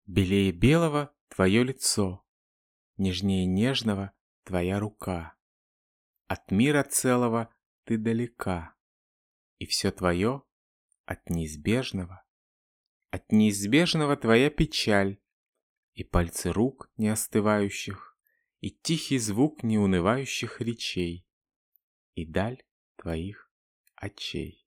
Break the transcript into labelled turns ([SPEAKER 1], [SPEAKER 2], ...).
[SPEAKER 1] Белее белого твое лицо, нежнее нежного твоя рука. От мира целого ты далека, и все твое от неизбежного твоя печаль, и пальцы рук не остывающих, и тихий звук неунывающих речей, и даль твоих очей.